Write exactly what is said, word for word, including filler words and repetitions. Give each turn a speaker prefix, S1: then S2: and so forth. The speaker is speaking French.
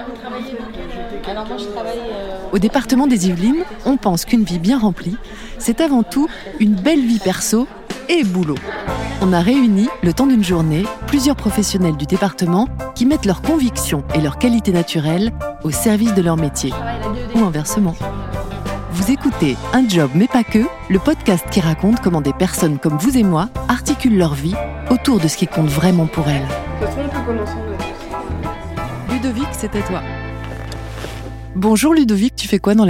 S1: Alors moi je travaille... Euh...
S2: Au département des Yvelines, on pense qu'une vie bien remplie, c'est avant tout une belle vie perso et boulot. On a réuni, le temps d'une journée, plusieurs professionnels du département qui mettent leurs convictions et leurs qualités naturelles au service de leur métier. Ou inversement. Vous écoutez Un job mais pas que, le podcast qui raconte comment des personnes comme vous et moi articulent leur vie autour de ce qui compte vraiment pour elles.
S3: De toute façon, on peut commencer.
S2: Ludovic, c'est à toi. Bonjour Ludovic, tu fais quoi dans la vie ?